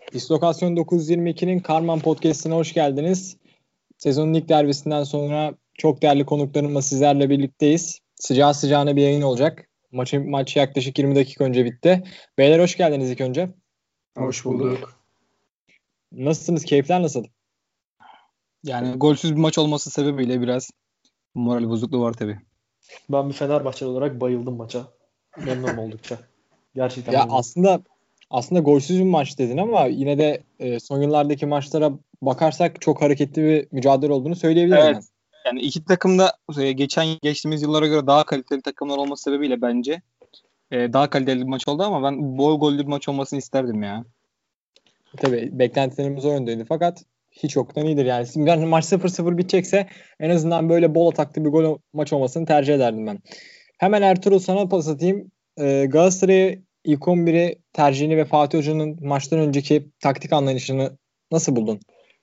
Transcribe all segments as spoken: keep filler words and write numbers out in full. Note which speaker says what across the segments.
Speaker 1: Dislokasyon dokuz yüz yirmi ikinin Karman Podcast'ine hoş geldiniz. Sezonun ilk derbisinden sonra çok değerli konuklarımla sizlerle birlikteyiz. Sıcağı sıcağına bir yayın olacak. Maçı, maç yaklaşık yirmi dakika önce bitti. Beyler hoş geldiniz ilk önce.
Speaker 2: Hoş bulduk.
Speaker 1: Nasılsınız? Keyifler nasıl?
Speaker 3: Yani golsüz bir maç olması sebebiyle biraz moral bozukluğu var tabii.
Speaker 2: Ben bir Fenerbahçeli olarak bayıldım maça. Memnunum oldukça. Gerçekten
Speaker 1: Ya
Speaker 2: memnunum.
Speaker 1: aslında aslında golsüz bir maç dedin ama yine de e, son yıllardaki maçlara bakarsak çok hareketli bir mücadele olduğunu söyleyebilirim
Speaker 3: Evet.
Speaker 1: ben.
Speaker 3: Yani iki takım da e, geçen geçtiğimiz yıllara göre daha kaliteli takımlar olması sebebiyle bence e, daha kaliteli bir maç oldu ama ben bol gollü bir maç olmasını isterdim ya.
Speaker 1: Tabii beklentilerimiz o yöndeydi fakat hiç yoktan iyidir yani. Yani maç sıfır sıfır bitecekse en azından böyle bol ataklı bir gol maç olmasını tercih ederdim ben. Hemen Ertuğrul sana pas atayım. Ee, Galatasaray'ı ilk on biri tercihini ve Fatih Hoca'nın maçtan önceki taktik anlayışını nasıl buldun?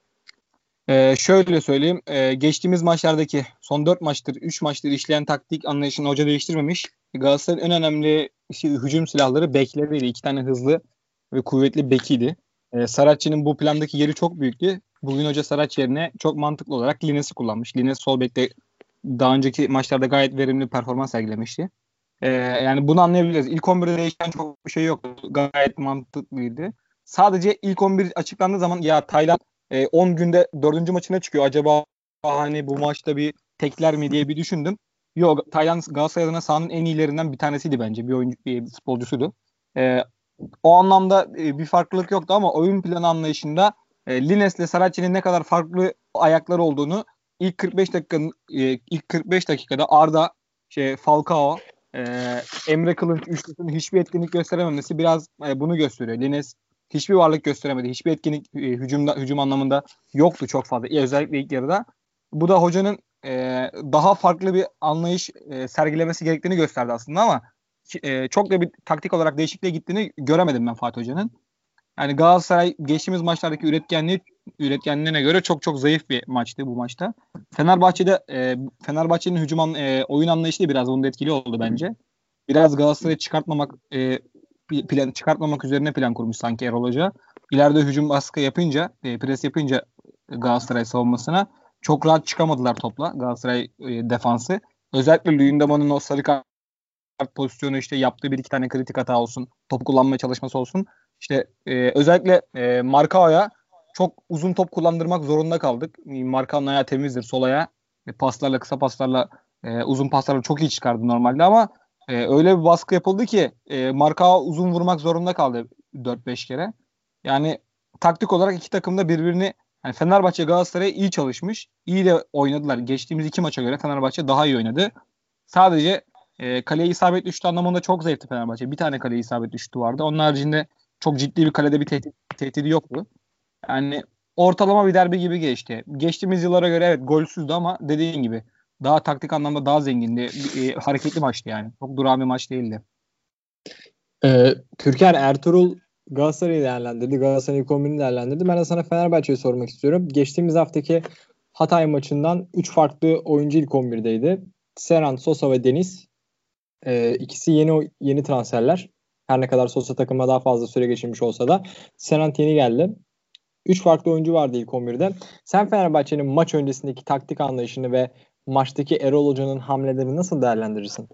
Speaker 3: E, şöyle söyleyeyim. E, geçtiğimiz maçlardaki son dört maçtır, üç maçtır işleyen taktik anlayışını hoca değiştirmemiş. Galatasaray'ın en önemli işte, hücum silahları bekleriydi. İki tane hızlı ve kuvvetli bekiydi. E, Saracchi'nin bu plandaki yeri çok büyüktü. Bugün hoca Saracchi yerine çok mantıklı olarak Lines'i kullanmış. Lines sol bekte daha önceki maçlarda gayet verimli performans sergilemişti. Ee, yani bunu anlayabiliriz. İlk on birde değişen çok bir şey yok. Gayet mantıklıydı. Sadece ilk on bir açıklandığı zaman ya Tayland e, on günde dördüncü maçına çıkıyor. Acaba hani bu maçta bir tekler mi diye bir düşündüm. Yok, Tayland Galatasaray adına sahanın en iyilerinden bir tanesiydi bence. Bir oyuncu, bir futbolcusuydu. Ee, o anlamda e, bir farklılık yoktu ama oyun planı anlayışında e, Lines'le Saracchi'nin ne kadar farklı ayakları olduğunu ilk kırk beş dakikanın e, ilk kırk beş dakikada Arda, şey Falcao, e, Emre Kılınç üçlüsünün hiçbir etkinlik gösterememesi biraz e, bunu gösteriyor. Lines hiçbir varlık gösteremedi. Hiçbir etkinlik e, hücumda hücum anlamında yoktu çok fazla. E, özellikle ilk yarıda. Bu da hocanın e, daha farklı bir anlayış e, sergilemesi gerektiğini gösterdi aslında ama e, çok da bir taktik olarak değişikliğe gittiğini göremedim ben Fatih Hoca'nın. Yani Galatasaray geçtiğimiz maçlardaki üretkenliği üretkenliğine göre çok çok zayıf bir maçtı bu maçta. Fenerbahçe'de e, Fenerbahçe'nin hücum an, e, oyun anlayışı da biraz bunda etkili oldu bence. Biraz Galatasaray'ı çıkartmamak e, plan çıkartmamak üzerine plan kurmuş sanki Erol Hoca. İleride hücum baskı yapınca, e, pres yapınca Galatasaray savunmasına çok rahat çıkamadılar topla Galatasaray e, defansı. Özellikle Luyendama'nın o sarı kart pozisyonu, işte yaptığı bir iki tane kritik hata olsun, top kullanmaya çalışması olsun. İşte e, özellikle e, Marcao'ya çok uzun top kullandırmak zorunda kaldık. Marcao'nun ayağı temizdir, sol ayağı. E, paslarla, kısa paslarla, e, uzun paslarla çok iyi çıkardı normalde ama e, öyle bir baskı yapıldı ki e, Marcao uzun vurmak zorunda kaldı dört beş kere. Yani taktik olarak iki takım da birbirini, yani Fenerbahçe Galatasaray'a iyi çalışmış. İyi de oynadılar. Geçtiğimiz iki maça göre Fenerbahçe daha iyi oynadı. Sadece e, kaleye isabet düştü anlamında çok zayıftı Fenerbahçe. Bir tane kaleye isabet düştü vardı. Onun haricinde çok ciddi bir kalede bir tehdit, tehdidi yoktu. Yani ortalama bir derbi gibi geçti. Geçtiğimiz yıllara göre evet golsüzdü ama dediğin gibi daha taktik anlamda daha zengindi. Bir, e, hareketli maçtı yani. Çok durağan bir maç değildi.
Speaker 1: Ee, Türker, Ertuğrul Galatasaray'ı değerlendirdi. Galatasaray'ın ilk on birini değerlendirdi. Ben de sana Fenerbahçe'yi sormak istiyorum. Geçtiğimiz haftaki Hatay maçından üç farklı oyuncu ilk on birdeydi. Serhan, Sosa ve Deniz. Ee, ikisi yeni yeni transferler. Her ne kadar Sosa takıma daha fazla süre geçirmiş olsa da Serhan yeni geldi. Üç farklı oyuncu vardı ilk on birde. Sen Fenerbahçe'nin maç öncesindeki taktik anlayışını ve maçtaki Erol Hoca'nın hamlelerini nasıl değerlendirirsin?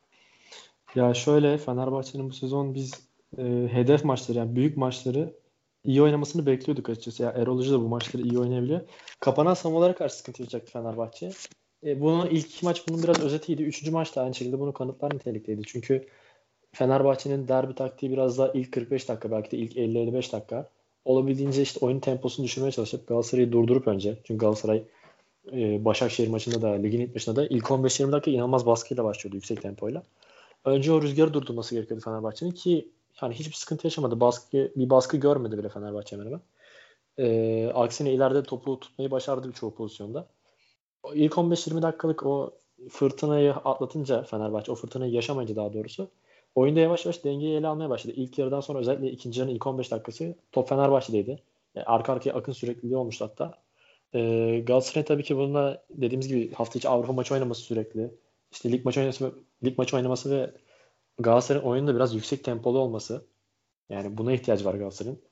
Speaker 2: Ya şöyle Fenerbahçe'nin bu sezon biz e, hedef maçları yani büyük maçları iyi oynamasını bekliyorduk açıkçası. Ya Erol Hoca da bu maçları iyi oynayabiliyor. Kapanan savunmalara karşı sıkıntı yaşayacaktı Fenerbahçe. E, bunu ilk iki maç bunun biraz özetiydi. Üçüncü maçta aynı şekilde bunu kanıtlar nitelikteydi. Çünkü Fenerbahçe'nin derbi taktiği biraz daha ilk kırk beş dakika belki de ilk elli elli beş dakika olabildiğince işte oyun temposunu düşürmeye çalışıp Galatasaray'ı durdurup önce. Çünkü Galatasaray e, Başakşehir maçında da ligin ilk maçında da ilk on beş yirmi dakika inanılmaz baskıyla başlıyordu yüksek tempoyla. Önce o rüzgarı durdurması gerekiyordu Fenerbahçe'nin ki yani hiçbir sıkıntı yaşamadı. Baskı, bir baskı görmedi bile Fenerbahçe hemen hemen. Ee, aksine ileride topu tutmayı başardı birçok pozisyonda. O ilk on beş yirmi dakikalık o fırtınayı atlatınca Fenerbahçe, o fırtınayı yaşamayınca daha doğrusu oyunda yavaş yavaş dengeyi ele almaya başladı. İlk yarıdan sonra özellikle ikinci yarının ilk on beş dakikası top Fenerbahçe'deydi. Yani arka arkaya akın sürekliliği olmuştu hatta. Ee, Galatasaray tabii ki bununla dediğimiz gibi hafta içi Avrupa maçı oynaması sürekli. İşte lig maçı oynaması, lig maçı oynaması ve Galatasaray'ın oyununda biraz yüksek tempolu olması. Yani buna ihtiyacı var Galatasaray'ın.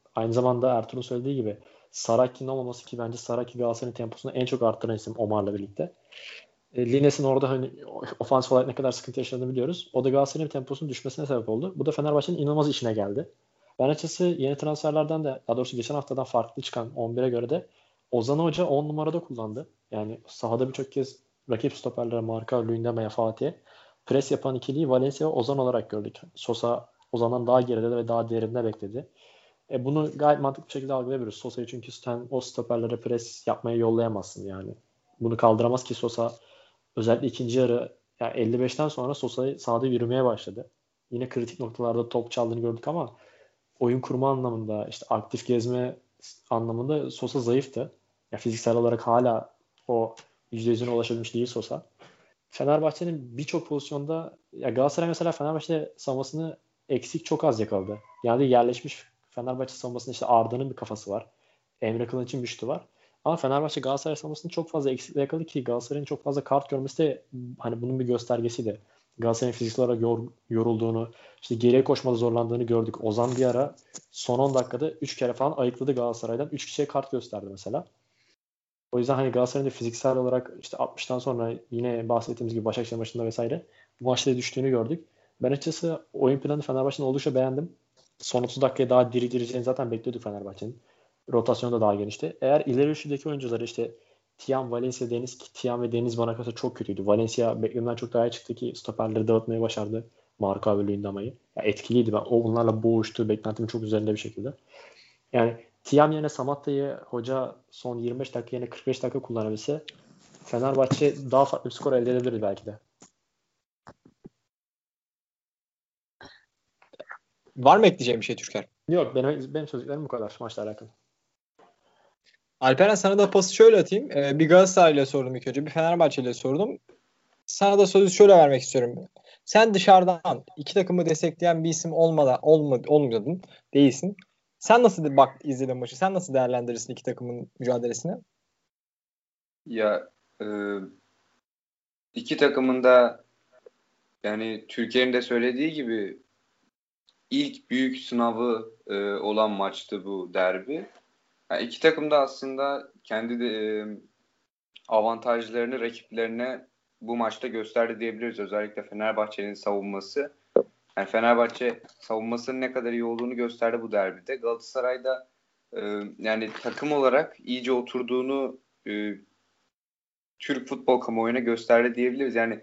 Speaker 2: Aynı zamanda Ertuğrul söylediği gibi Saraki'nin olmaması, ki bence Saraki Galatasaray'ın temposunu en çok arttıran isim Omar'la birlikte. E, Lines'in orada hani ofansif olarak ne kadar sıkıntı yaşadığını biliyoruz. O da Galatasaray'ın temposunun düşmesine sebep oldu. Bu da Fenerbahçe'nin inanılmaz işine geldi. Ben açıkçası yeni transferlerden de, daha doğrusu geçen haftadan farklı çıkan on bire göre de Ozan Hoca on numarada kullandı. Yani sahada birçok kez rakip stoperlere, Marka, Luyendama'ya, Fatih'e pres yapan ikiliyi Valencia ve Ozan olarak gördük. Sosa Ozan'dan daha geride ve daha derinde bekledi. E bunu gayet mantıklı bir şekilde algılayabiliriz. Sosa'yı çünkü sen o stoperlere pres yapmaya yollayamazsın yani. Bunu kaldıramaz ki Sosa. Özellikle ikinci yarı yani elli beşten sonra Sosa'yı sahada yürümeye başladı. Yine kritik noktalarda top çaldığını gördük ama oyun kurma anlamında, işte aktif gezme anlamında Sosa zayıftı. Ya fiziksel olarak hala o yüzde yüzüne ulaşabilmiş değil Sosa. Fenerbahçe'nin birçok pozisyonda, ya Galatasaray mesela Fenerbahçe savunmasını eksik çok az yakaladı. Yani yerleşmiş Fenerbahçe savunmasında işte Arda'nın bir kafası var. Emre Kılınç'ın bir şutu var. Ama Fenerbahçe Galatasaray savunmasını çok fazla eksikle yakaladı ki Galatasaray'ın çok fazla kart görmesi de hani bunun bir göstergesiydi. Galatasaray'ın fiziksel olarak yor, yorulduğunu, işte geriye koşmada zorlandığını gördük. Ozan bir ara son on dakikada üç kere falan ayıkladı Galatasaray'dan. üç kişiye kart gösterdi mesela. O yüzden hani Galatasaray'ın da fiziksel olarak işte altmıştan sonra yine bahsettiğimiz gibi Başakşehir maçında vesaire bu maçta düştüğünü gördük. Ben açıkçası oyun planı Fenerbahçe'nin oldukça beğendim. Son otuz dakikaya daha diri direceğini zaten bekliyorduk Fenerbahçe'nin. Rotasyon da daha genişti. Eğer ileri üçlüdeki oyuncuları işte Tiam, Valencia, Deniz, ki Tiam ve Deniz bana kalırsa çok kötüydü. Valencia beklenenden çok daha iyi çıktı ki stoperleri dağıtmayı başardı. Marka ve Luyendama'yı. Ya etkiliydi. Ben o onlarla boğuştu. Beklentimin çok üzerinde bir şekilde. Yani Tiam yerine Samatta'yı hoca son yirmi beş dakika yerine kırk beş dakika kullanabilse Fenerbahçe daha farklı bir skor elde edebilirdi belki de.
Speaker 1: Var mı ekleyeceğim bir şey Türker?
Speaker 2: Yok, benim, benim sözcüklerim bu kadar maçla alakalı.
Speaker 1: Alperen, sana da pası şöyle atayım. Ee, bir Galatasaray'la sordum ilk önce. Bir Fenerbahçe'yle sordum. Sana da sözü şöyle vermek istiyorum. Sen dışarıdan iki takımı destekleyen bir isim olmadan olma, olmadın, değilsin. Sen nasıl bak izledin maçı? Sen nasıl değerlendirirsin iki takımın mücadelesini?
Speaker 4: Ya e, iki takımın da yani Türkiye'nin de söylediği gibi ilk büyük sınavı e, olan maçtı bu derbi. Yani iki takım da aslında kendi de, e, avantajlarını rakiplerine bu maçta gösterdi diyebiliriz. Özellikle Fenerbahçe'nin savunması. Yani Fenerbahçe savunmasının ne kadar iyi olduğunu gösterdi bu derbide. Galatasaray'da e, yani takım olarak iyice oturduğunu e, Türk futbol kamuoyuna gösterdi diyebiliriz. Yani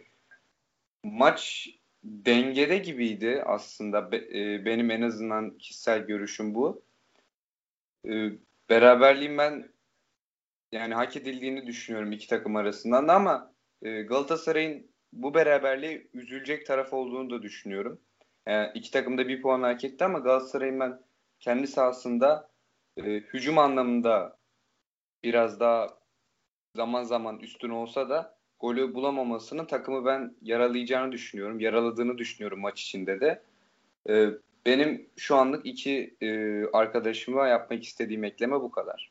Speaker 4: maç dengede gibiydi aslında. Be, e, benim en azından kişisel görüşüm bu. E, beraberliğin ben yani hak edildiğini düşünüyorum iki takım arasından da ama e, Galatasaray'ın bu beraberliğe üzülecek taraf olduğunu da düşünüyorum. Yani iki takım da bir puan hak etti ama Galatasaray'ın ben kendi sahasında e, hücum anlamında biraz daha zaman zaman üstün olsa da golü bulamamasının takımı ben yaralayacağını düşünüyorum. Yaraladığını düşünüyorum maç içinde de. E, benim şu anlık iki e, arkadaşıma yapmak istediğim ekleme bu kadar.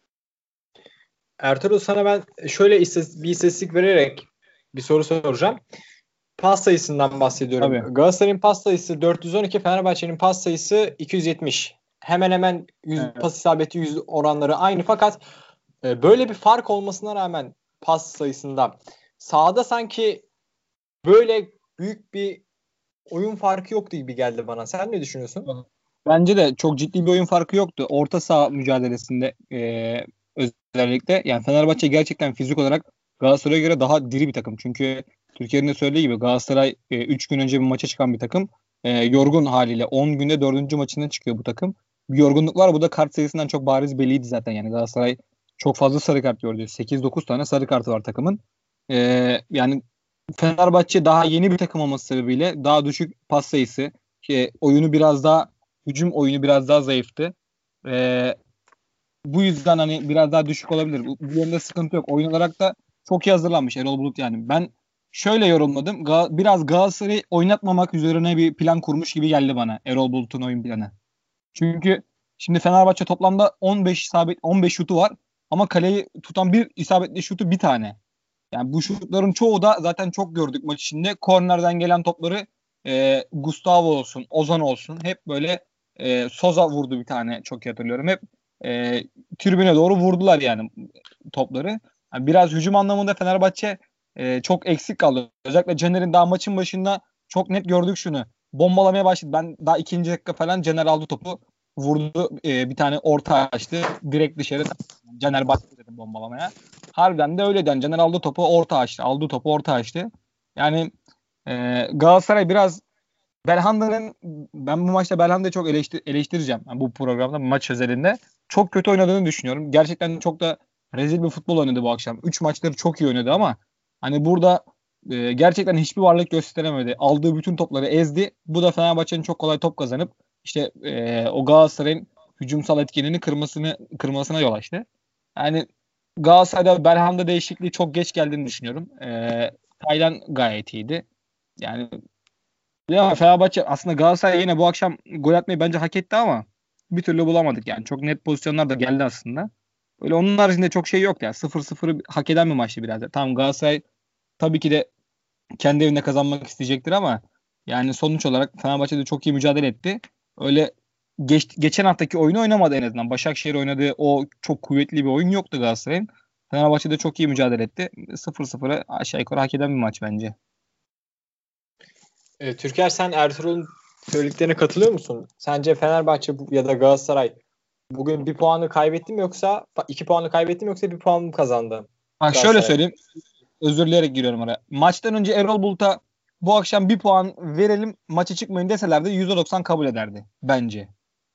Speaker 1: Ertuğrul, sana ben şöyle bir istatistik vererek bir soru soracağım. Pas sayısından bahsediyorum.
Speaker 3: Tabii.
Speaker 1: Galatasaray'ın pas sayısı dört yüz on iki, Fenerbahçe'nin pas sayısı iki yüz yetmiş. Hemen hemen yüz, evet. Pas isabeti yüz oranları aynı, fakat e, böyle bir fark olmasına rağmen pas sayısında sahada sanki böyle büyük bir oyun farkı yoktu gibi geldi bana. Sen ne düşünüyorsun?
Speaker 3: Bence de çok ciddi bir oyun farkı yoktu. Orta saha mücadelesinde e, özellikle. Yani Fenerbahçe gerçekten fizik olarak Galatasaray'a göre daha diri bir takım. Çünkü Türkiye'nin de söylediği gibi Galatasaray üç e, gün önce bir maça çıkan bir takım. E, yorgun haliyle on günde dördüncü maçından çıkıyor bu takım. Bir yorgunluk var. Bu da kart sayısından çok bariz belliydi zaten. Yani Galatasaray çok fazla sarı kart gördü. sekiz dokuz tane sarı kartı var takımın. E, yani Fenerbahçe daha yeni bir takım olması sebebiyle daha düşük pas sayısı, ki oyunu biraz daha, hücum oyunu biraz daha zayıftı. Ee, bu yüzden hani biraz daha düşük olabilir. Bu, bu yönde sıkıntı yok. Oyun olarak da çok iyi hazırlanmış Erol Bulut yani. Ben şöyle yorumladım. Ga- biraz Galatasaray'ı oynatmamak üzerine bir plan kurmuş gibi geldi bana Erol Bulut'un oyun planı. Çünkü şimdi Fenerbahçe toplamda on beş isabet on beş şutu var ama kaleyi tutan bir isabetli şutu bir tane. Yani bu şutların çoğu da zaten çok gördük maç içinde. Kornerden gelen topları e, Gustavo olsun, Ozan olsun hep böyle E, Soza vurdu bir tane, çok iyi hatırlıyorum. Hep e, tribüne doğru vurdular yani topları. Yani biraz hücum anlamında Fenerbahçe e, çok eksik kaldı. Özellikle Caner'in daha maçın başında çok net gördük şunu. Bombalamaya başladı. Ben daha ikinci dakika falan Caner aldı topu. Vurdu. E, bir tane orta açtı. Direkt dışarı. Caner baktı dedim bombalamaya. Harbiden de öyleydi. Yani Caner aldı topu orta açtı. Aldı topu orta açtı. Yani e, Galatasaray biraz Belhanda'nın, ben bu maçta Belhanda'yı çok eleştir, eleştireceğim. Yani bu programda maç özelinde. Çok kötü oynadığını düşünüyorum. Gerçekten çok da rezil bir futbol oynadı bu akşam. üç maçları çok iyi oynadı ama hani burada e, gerçekten hiçbir varlık gösteremedi. Aldığı bütün topları ezdi. Bu da Fenerbahçe'nin çok kolay top kazanıp işte e, o Galatasaray'ın hücumsal etkinliğini kırmasını kırmasına yol açtı. Yani Galatasaray'da Belhanda değişikliği çok geç geldiğini düşünüyorum. E, Taylan gayet iyiydi. Yani ya Fenerbahçe aslında Galatasaray yine bu akşam gol atmayı bence hak etti ama bir türlü bulamadık yani. Çok net pozisyonlar da geldi aslında. Öyle onun haricinde çok şey yok ya. sıfır sıfırı hak eden bir maçtı biraz da. Tamam, Galatasaray tabii ki de kendi evinde kazanmak isteyecektir ama yani sonuç olarak Fenerbahçe de çok iyi mücadele etti. Öyle geç, geçen haftaki oyunu oynamadı en azından. Başakşehir oynadığı o çok kuvvetli bir oyun yoktu Galatasaray'ın. Fenerbahçe de çok iyi mücadele etti. sıfır sıfırı aşağı yukarı hak eden bir maç bence.
Speaker 1: E, Türker, sen Ertuğrul'un söylediklerine katılıyor musun? Sence Fenerbahçe bu- ya da Galatasaray bugün bir puanı kaybetti mi, yoksa iki puanı kaybetti mi, yoksa bir puan mı kazandı
Speaker 3: Bak şöyle
Speaker 1: Galatasaray?
Speaker 3: söyleyeyim. Özür dileyerek giriyorum araya. Maçtan önce Erol Bulut'a bu akşam bir puan verelim, maçı çıkmayın deselerdi yüzde doksan kabul ederdi bence.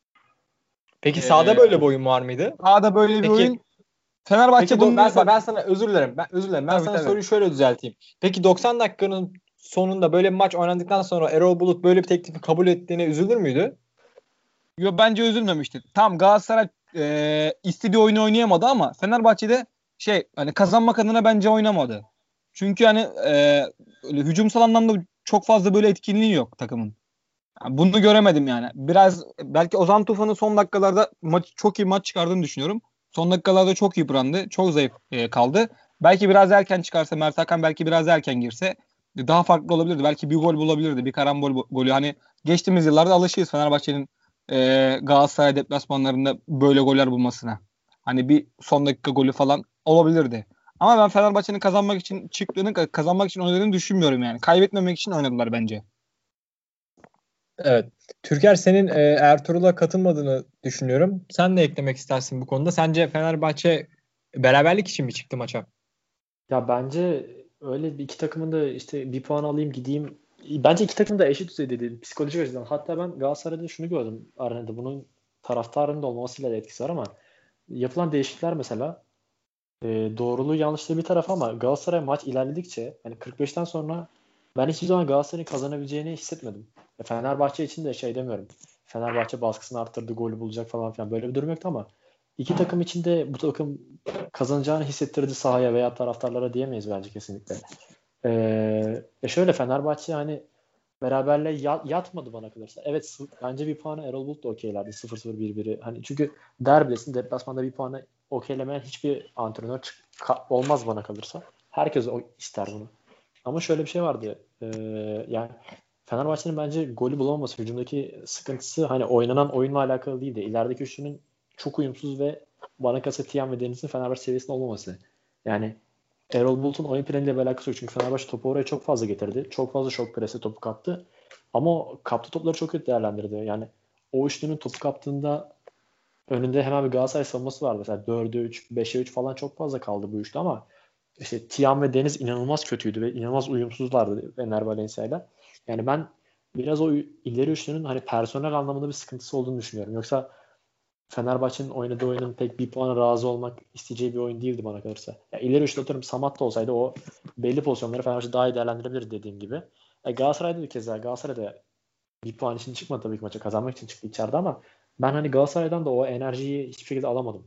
Speaker 1: Peki sahada
Speaker 3: Ee,
Speaker 1: böyle bir oyun var mıydı?
Speaker 3: Sahada böyle bir
Speaker 1: Peki
Speaker 3: oyun. Fenerbahçe
Speaker 1: peki do-
Speaker 3: bunu
Speaker 1: ben, ben sana özür dilerim. Ben özür dilerim. Ben
Speaker 3: tabii
Speaker 1: sana
Speaker 3: tabii.
Speaker 1: soruyu şöyle düzelteyim. Peki doksan dakikanın sonunda böyle bir maç oynandıktan sonra Erol Bulut böyle bir teklifi kabul ettiğine üzülür müydü?
Speaker 3: Yo, bence üzülmemiştir. Tam Galatasaray e, istediği oyunu oynayamadı ama Fenerbahçe'de şey, hani kazanmak adına bence oynamadı. Çünkü hani e, öyle hücumsal anlamda çok fazla böyle etkinliği yok takımın. Yani bunu göremedim yani. Biraz belki Ozan Tufan'ın son dakikalarda maç, çok iyi maç çıkardığını düşünüyorum. Son dakikalarda çok yıprandı. Çok zayıf e, kaldı. Belki biraz erken çıkarsa Mert Hakan, belki biraz erken girse daha farklı olabilirdi. Belki bir gol bulabilirdi. Bir karambol bo- golü. Hani geçtiğimiz yıllarda alışığız Fenerbahçe'nin e, Galatasaray deplasmanlarında böyle goller bulmasına. Hani bir son dakika golü falan olabilirdi. Ama ben Fenerbahçe'nin kazanmak için çıktığını, kazanmak için oynadığını düşünmüyorum yani. Kaybetmemek için oynadılar bence.
Speaker 1: Evet. Türker, senin e, Ertuğrul'a katılmadığını düşünüyorum. Sen ne eklemek istersin bu konuda? Sence Fenerbahçe beraberlik için mi çıktı maça?
Speaker 2: Ya bence öyle bir iki takımın da işte bir puan alayım gideyim. Bence iki takım da eşit düzeyde değil psikolojik açıdan. Hatta ben Galatasaray'da şunu gördüm arenada. Bunun taraftarının da olmasıyla da etkisi var ama yapılan değişiklikler mesela e, doğruluğu yanlışlığı bir taraf ama Galatasaray maç ilerledikçe hani kırk beşten sonra ben hiçbir zaman Galatasaray'ın kazanabileceğini hissetmedim. E, Fenerbahçe için de şey demiyorum. Fenerbahçe baskısını arttırdı, golü bulacak falan filan böyle bir durum yoktu ama iki takım için de bu takım kazanacağını hissettirdi sahaya veya taraftarlara diyemeyiz bence kesinlikle. Ee, e şöyle Fenerbahçe hani beraberle ya- yatmadı bana kalırsa. Evet sı- bence bir puanı Erol Bulut da okeylerdi. sıfır sıfır bir biri. Hani çünkü derbidesin, deplasmanda bir puanı okeylemeyen hiçbir antrenör çık- ka- olmaz bana kalırsa. Herkes o ister bunu. Ama şöyle bir şey vardı. Ee, yani Fenerbahçe'nin bence golü bulamaması, hücumdaki sıkıntısı hani oynanan oyunla alakalı değil de ilerideki üçlünün çok uyumsuz ve bana kalırsa Tiam ve Deniz'in Fenerbahçe seviyesinde olmaması. Yani Erol Bulut'un oyun planiyle bir alakası yok. Çünkü Fenerbahçe topu oraya çok fazla getirdi. Çok fazla şok presi topu kaptı. Ama o kaptı topları çok kötü değerlendirdi. Yani o üçlünün topu kaptığında önünde hemen bir Galatasaray savunması vardı. Mesela dörde üç, beşe üç falan çok fazla kaldı bu üçlü ama işte Tiam ve Deniz inanılmaz kötüydü ve inanılmaz uyumsuzlardı Ener Valencia'yla. Yani ben biraz o ileri üçlünün hani personel anlamında bir sıkıntısı olduğunu düşünüyorum. Yoksa Fenerbahçe'nin oynadığı oyunun pek bir puana razı olmak isteyeceği bir oyun değildi bana kalırsa. Ya ileri üçlü atıyorum Samat da olsaydı o belli pozisyonları Fenerbahçe daha iyi değerlendirebilir dediğim gibi. E Galatasaray'da da keza Galatasaray'da bir puan için çıkmadı tabii ki maça kazanmak için çıktı içeride ama ben hani Galatasaray'dan da o enerjiyi hiçbir şekilde alamadım.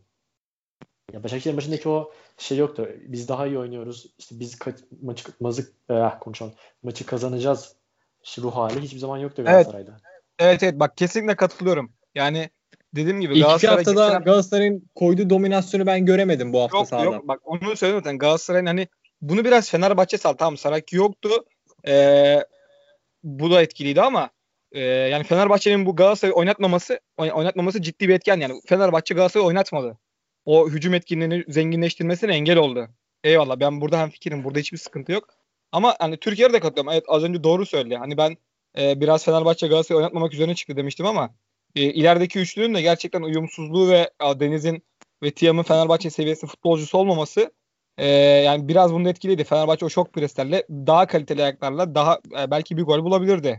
Speaker 2: Ya Başakşehir'in başındaki o şey yoktu. Biz daha iyi oynuyoruz. İşte biz ka- maçı mazık eh, konuşalım. Maçı kazanacağız. Şu ruh hali hiçbir zaman yoktu
Speaker 3: Evet.
Speaker 2: Galatasaray'da.
Speaker 3: Evet evet, bak kesinlikle katılıyorum. Yani dediğim gibi
Speaker 1: İlk iki
Speaker 3: Galatasaray
Speaker 1: haftada
Speaker 3: geçen hafta
Speaker 1: Galatasaray'ın koyduğu dominasyonu ben göremedim bu hafta
Speaker 3: yok
Speaker 1: sahada.
Speaker 3: yok, bak onu söyleyeyim zaten. Galatasaray'ın hani bunu biraz Fenerbahçe sal, tamam Saraki yoktu. Ee, bu da etkiliydi ama Ee, yani Fenerbahçe'nin bu Galatasaray'ı oynatmaması oynatmaması ciddi bir etken yani. Fenerbahçe Galatasaray'ı oynatmadı. O hücum etkinliğini zenginleştirmesine engel oldu. Eyvallah, ben burada hemfikirim. Burada hiçbir sıkıntı yok. Ama hani Türkiye'de de katılıyorum. Evet, az önce doğru söyledi. Hani ben e, biraz Fenerbahçe Galatasaray'ı oynatmamak üzerine çıktı demiştim ama e, ilerideki üçlünün de gerçekten uyumsuzluğu ve a, Deniz'in ve Tiam'ın Fenerbahçe seviyesi futbolcusu olmaması e, yani biraz bunu etkiledi. Fenerbahçe o şok preslerle daha kaliteli ayaklarla daha e, belki bir gol bulabilirdi.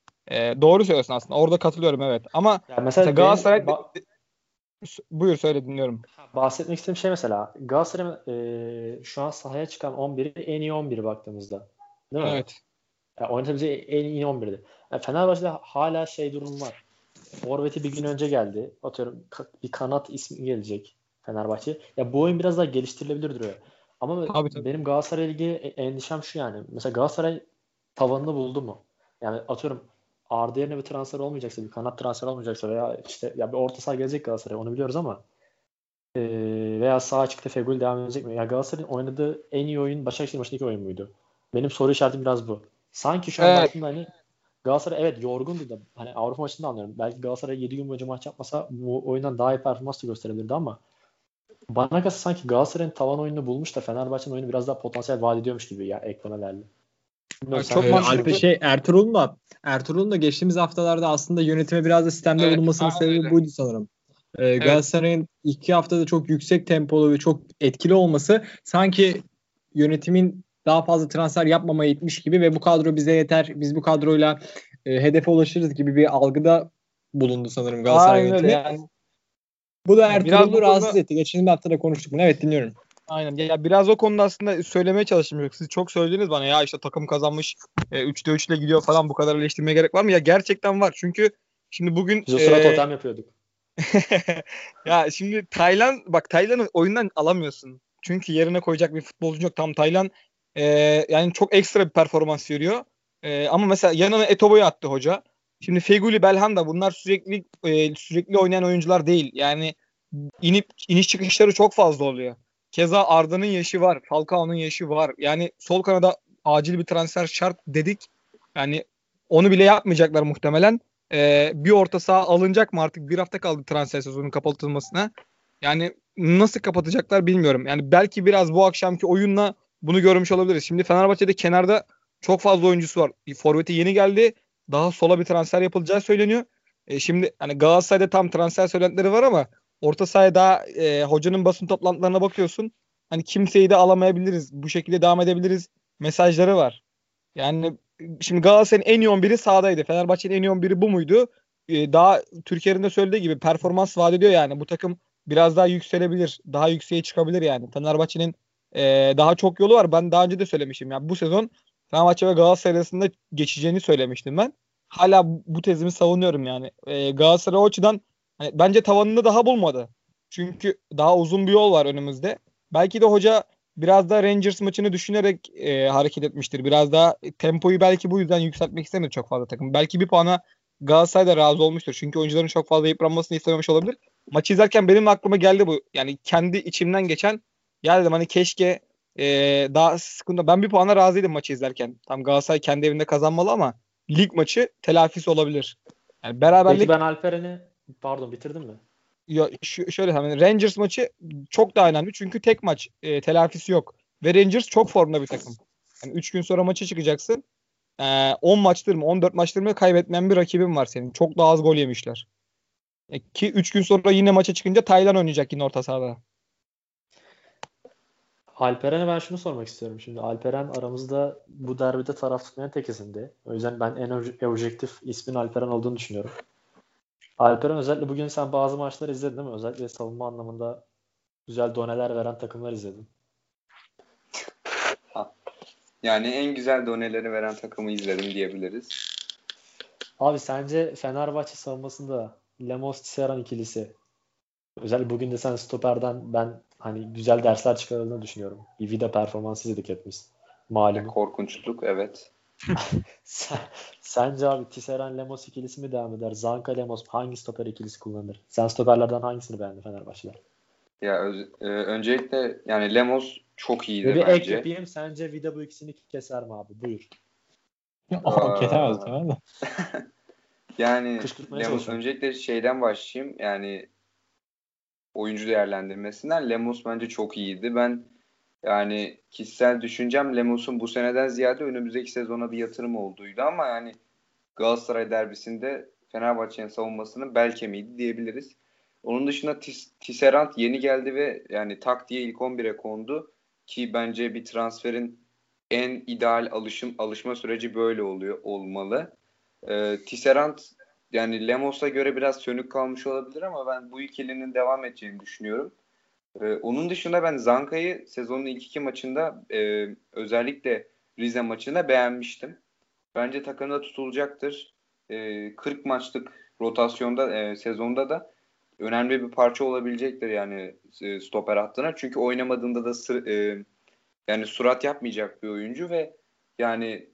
Speaker 3: E, doğru söylüyorsun aslında. Orada katılıyorum, evet. Ama
Speaker 2: Yani mesela
Speaker 3: mesela Galatasaray
Speaker 2: benim ba-
Speaker 3: buyur söyle, dinliyorum.
Speaker 2: bahsetmek istediğim şey mesela Galatasaray'ın e, şu an sahaya çıkan on biri en iyi on biri baktığımızda. Değil mi?
Speaker 3: Evet.
Speaker 2: Yani oynatabileceği en iyi on birdi. Yani Fenerbahçe'de hala şey durum var. Forvet'i bir gün önce geldi. Atıyorum ka- bir kanat ismi gelecek Fenerbahçe. Ya bu oyun biraz daha geliştirilebilir duruyor. Ama
Speaker 3: Tabii tabii.
Speaker 2: benim Galatasaray'la ilgili e- endişem şu yani. Mesela Galatasaray tavanını buldu mu? Yani atıyorum Arda yerine bir transfer olmayacaksa, bir kanat transfer olmayacaksa veya işte ya bir orta saha gelecek Galatasaray, onu biliyoruz ama e, veya sağ açıkta Fegül devam edecek mi? Ya Galatasaray'ın oynadığı en iyi oyun Başakşehir maçındaki oyun muydu? Benim soru işaretim biraz bu. Sanki şu an
Speaker 3: Evet.
Speaker 2: baktığımda hani Galatasaray evet yorgundu da hani Avrupa maçında anlıyorum. Belki Galatasaray yedi gün boyunca maç yapmasa bu oyundan daha iyi performans da gösterebilirdi ama bana kalırsa sanki Galatasaray'ın tavan oyununu bulmuş da Fenerbahçe'nin oyunu biraz daha potansiyel vaat ediyormuş gibi ya eklemelerle. Bilmiyorum, sen
Speaker 3: Çok
Speaker 1: Ee,
Speaker 2: ne
Speaker 1: Alper
Speaker 3: mantıklı.
Speaker 2: düşünüyorsun?
Speaker 1: şey Ertuğrul'un da Ertuğrul'un da geçtiğimiz haftalarda aslında yönetime biraz da sistemde
Speaker 3: Evet,
Speaker 1: bulunmasının
Speaker 3: aynen
Speaker 1: sebebi
Speaker 3: öyle.
Speaker 1: buydu sanırım. Ee,
Speaker 3: Evet.
Speaker 1: Galatasaray'ın iki haftada çok yüksek tempolu ve çok etkili olması sanki yönetimin daha fazla transfer yapmamaya itmiş gibi ve bu kadro bize yeter, biz bu kadroyla e, hedefe ulaşırız gibi bir algıda bulundu sanırım Galatasaray
Speaker 3: Aynen öyle
Speaker 1: yönetimi.
Speaker 3: yani.
Speaker 1: Bu da
Speaker 3: Ya biraz bu
Speaker 1: Ertuğrul'u rahatsız
Speaker 3: konuda
Speaker 1: etti. Geçtiğimiz hafta da konuştuk bunu. Evet, dinliyorum.
Speaker 3: aynen ya biraz o konuda aslında söylemeye çalıştım. Yok, siz çok söylediniz bana ya işte takım kazanmış e, üçte üç ile gidiyor falan, bu kadar eleştirmeye gerek var mı? Ya gerçekten var. Çünkü şimdi bugün
Speaker 2: Biz o sıra
Speaker 3: e,
Speaker 2: totem yapıyorduk.
Speaker 3: ya şimdi Taylan, bak Taylan'ı oyundan alamıyorsun. Çünkü yerine koyacak bir futbolcu yok. Tam Taylan e, yani çok ekstra bir performans veriyor. E, ama mesela yanına Etobo'yu attı hoca. Şimdi Feguli, Belhanda bunlar sürekli e, sürekli oynayan oyuncular değil. Yani inip iniş çıkışları çok fazla oluyor. Keza Arda'nın yaşı var. Falcao'nun yaşı var. Yani sol kanada acil bir transfer şart dedik. Yani onu bile yapmayacaklar muhtemelen. Ee, bir orta saha alınacak mı artık? Bir hafta kaldı transfer sezonunun kapatılmasına. Yani nasıl kapatacaklar bilmiyorum. Yani belki biraz bu akşamki oyunla bunu görmüş olabiliriz. Şimdi Fenerbahçe'de kenarda çok fazla oyuncusu var. Forvet'e yeni geldi. Daha sola bir transfer yapılacağı söyleniyor. E şimdi hani Galatasaray'da tam transfer söylentileri var ama orta sahaya daha e, hocanın basın toplantılarına bakıyorsun. Hani kimseyi de alamayabiliriz. Bu şekilde devam edebiliriz mesajları var. Yani şimdi Galatasaray'ın en iyi on biri sahadaydı. Fenerbahçe'nin en iyi on biri bu muydu? Ee, daha Türkiye'nin de söylediği gibi performans vaat ediyor yani. Bu takım biraz daha yükselebilir. Daha yükseğe çıkabilir yani. Fenerbahçe'nin e, daha çok yolu var. Ben daha önce de söylemişim. Yani bu sezon Fenerbahçe ve Galatasaray arasında geçeceğini söylemiştim ben. Hala bu tezimi savunuyorum yani. E, Galatasaray o açıdan hani bence tavanını daha bulmadı. Çünkü daha uzun bir yol var önümüzde. Belki de hoca biraz daha Rangers maçını düşünerek e, hareket etmiştir. Biraz daha tempoyu belki bu yüzden yükseltmek istemedi çok fazla takım. Belki bir puana Galatasaray da razı olmuştur. Çünkü oyuncuların çok fazla yıpranmasını istememiş olabilir. Maçı izlerken benim aklıma geldi bu. Yani kendi içimden geçen, ya dedim hani keşke e, daha sıkıntı. Ben bir puana razıydım maçı izlerken. Tam Galatasaray kendi evinde kazanmalı ama lig maçı telafisi olabilir. Yani
Speaker 2: Peki
Speaker 3: beraberlik
Speaker 2: ben Alperen'i pardon bitirdim mi?
Speaker 3: ya şu, şöyle hani Rangers maçı çok daha önemli çünkü tek maç e, telafisi yok. Ve Rangers çok formda bir takım. Yani üç gün sonra maça çıkacaksın. E, on maçtır mı on dört maçtır mı kaybetmeyen bir rakibin var senin. Çok daha az gol yemişler. E, ki üç gün sonra yine maça çıkınca Taylan oynayacak yine orta sahada.
Speaker 2: Alperen'e ben şunu sormak istiyorum şimdi. Alperen aramızda bu derbide taraf tutmayan tek isimdi. O yüzden ben en obj- objektif ismin Alperen olduğunu düşünüyorum. Alperen özellikle bugün sen bazı maçları izledin değil mi? Özellikle savunma anlamında güzel doneler veren takımlar izledin.
Speaker 4: Yani en güzel doneleri veren takımı izledim diyebiliriz.
Speaker 2: Abi sence Fenerbahçe savunmasında Lemos Tisserand ikilisi özellikle bugün de sen stoperden ben hani güzel dersler çıkarıldığını düşünüyorum. Bir vida performansı izledik hepimiz.
Speaker 4: Yani
Speaker 2: Malum.
Speaker 4: korkunçluk, evet.
Speaker 2: Sen, sence abi Tisserand Lemos ikilisi mi devam eder? Zanka Lemos hangi stoper ikilisi kullanır? Sen stoperlerden hangisini beğendin Fenerbahçe'de?
Speaker 4: Ya öz- e, öncelikle yani Lemos çok
Speaker 2: Ve
Speaker 4: iyiydi
Speaker 2: bir ek
Speaker 4: bence.
Speaker 2: yapayım. Sence vida bu ikisini keser mi abi? Buyur.
Speaker 1: O kesemez
Speaker 4: Aa,
Speaker 1: değil mi?
Speaker 4: Yani
Speaker 2: Kışkırtmaya
Speaker 4: Lem-
Speaker 2: çalışıyorum.
Speaker 4: öncelikle şeyden başlayayım. Yani oyuncu değerlendirmesinden Lemos bence çok iyiydi. Ben yani kişisel düşüncem Lemos'un bu seneden ziyade önümüzdeki sezona bir yatırım olduğuydu ama yani Galatasaray derbisinde Fenerbahçe'nin savunmasının bel kemiğiydi diyebiliriz. Onun dışında Tis- Tisserand yeni geldi ve yani tak diye ilk on bire kondu ki bence bir transferin en ideal alışım alışma süreci böyle oluyor olmalı. Ee, Tisserand yani Lemos'a göre biraz sönük kalmış olabilir ama ben bu ikilinin devam edeceğini düşünüyorum. Ee, onun dışında ben Zanka'yı sezonun ilk iki maçında e, özellikle Rize maçında beğenmiştim. Bence takımda tutulacaktır. E, kırk maçlık rotasyonda e, sezonda da önemli bir parça olabilecektir yani e, stoper hattına. Çünkü oynamadığında da sı- e, yani surat yapmayacak bir oyuncu ve yani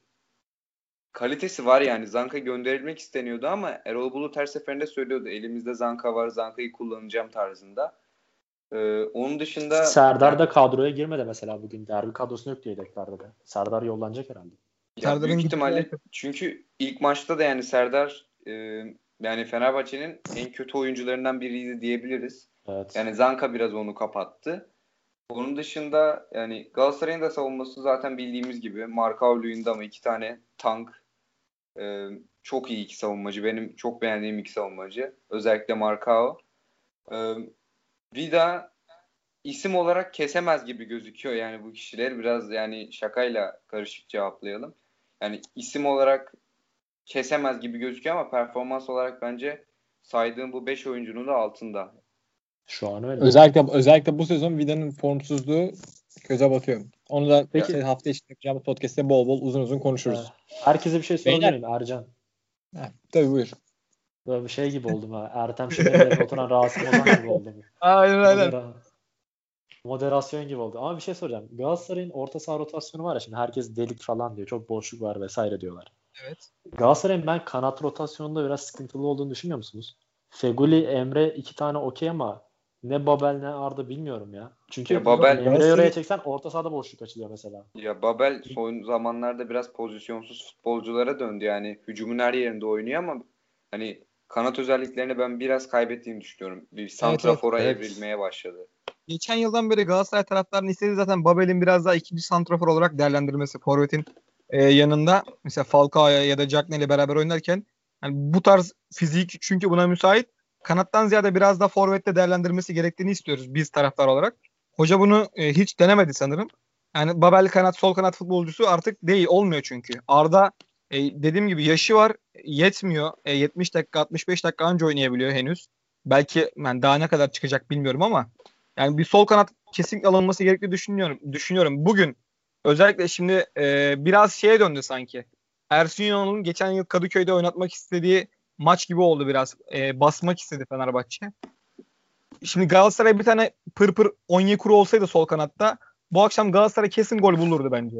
Speaker 4: kalitesi var yani. Zanka gönderilmek isteniyordu ama Erol Bulut her seferinde söylüyordu. Elimizde Zanka var, Zanka'yı kullanacağım tarzında. Ee, onun dışında
Speaker 2: Serdar
Speaker 4: yani,
Speaker 2: da kadroya girmedi mesela bugün. Derbi kadrosunda yok diye yedeklerde de. Serdar yollanacak herhalde.
Speaker 4: ya
Speaker 3: Serdar'ın
Speaker 4: büyük
Speaker 3: gittiği
Speaker 4: ihtimalle çünkü ilk maçta da yani Serdar e, yani Fenerbahçe'nin en kötü oyuncularından biriydi diyebiliriz.
Speaker 2: Evet.
Speaker 4: Yani Zanka biraz onu kapattı. Onun dışında yani Galatasaray'ın da savunması zaten bildiğimiz gibi Markao Luyendama iki tane tank. E, çok iyi iki savunmacı. Benim çok beğendiğim iki savunmacı. Özellikle Markao. E, Vida isim olarak kesemez gibi gözüküyor yani bu kişiler. Biraz yani şakayla karışık cevaplayalım. Yani isim olarak kesemez gibi gözüküyor ama performans olarak bence saydığım bu beş oyuncunun da altında.
Speaker 2: Şu an öyle.
Speaker 1: Özellikle özellikle bu sezon Vida'nın formsuzluğu göze batıyor. Onu da
Speaker 2: Peki.
Speaker 1: işte hafta içinde yapacağımız podcast'te bol bol uzun uzun konuşuruz.
Speaker 2: Ee, herkese bir şey sorabilir
Speaker 1: Beyler.
Speaker 2: miyim Ercan?
Speaker 1: Heh, tabii buyur.
Speaker 2: Böyle bir şey gibi oldum ha. Ertem Şener'in yerine oturan Rasim Ozan gibi oldum.
Speaker 3: Aynen aynen.
Speaker 2: Modera- Moderasyon gibi oldu. Ama bir şey soracağım. Galatasaray'ın orta saha rotasyonu var ya, şimdi herkes delik falan diyor. Çok boşluk var vesaire diyorlar.
Speaker 3: Evet.
Speaker 2: Galatasaray'ın ben kanat rotasyonunda biraz sıkıntılı olduğunu düşünmüyor musunuz? Feguli, Emre iki tane okey ama ne Babel ne Arda bilmiyorum ya. Çünkü
Speaker 4: Ya Babel
Speaker 2: Emre'yi oraya çeksen orta sahada boşluk açılıyor mesela.
Speaker 4: ya Babel son zamanlarda biraz pozisyonsuz futbolculara döndü yani. Hücumun her yerinde oynuyor ama hani kanat özelliklerini ben biraz kaybettiğini düşünüyorum. Bir santrafora
Speaker 2: evet.
Speaker 4: evrilmeye başladı.
Speaker 3: Geçen yıldan beri Galatasaray taraftarının istediği zaten Babel'in biraz daha ikinci santrafor olarak değerlendirilmesi. Forvet'in e, yanında mesela Falcao ya da Cagney ile beraber oynarken yani bu tarz fizik çünkü buna müsait. Kanattan ziyade biraz daha forvette değerlendirmesi gerektiğini istiyoruz biz taraftar olarak. Hoca bunu e, hiç denemedi sanırım. Yani Babel kanat, sol kanat futbolcusu artık değil, olmuyor çünkü. Arda e, dediğim gibi yaşı var, yetmiyor. E, yetmiş dakika, altmış beş dakika anca oynayabiliyor henüz. Belki yani daha ne kadar çıkacak bilmiyorum ama yani bir sol kanat kesinlikle alınması gerektiğini düşünüyorum. Düşünüyorum. Bugün özellikle şimdi e, biraz şeye döndü sanki. Ersun Yanal'ın geçen yıl Kadıköy'de oynatmak istediği maç gibi oldu biraz. E, basmak istedi Fenerbahçe. Şimdi Galatasaray bir tane pırpır Onyekuru olsaydı sol kanatta bu akşam Galatasaray kesin gol bulurdu bence.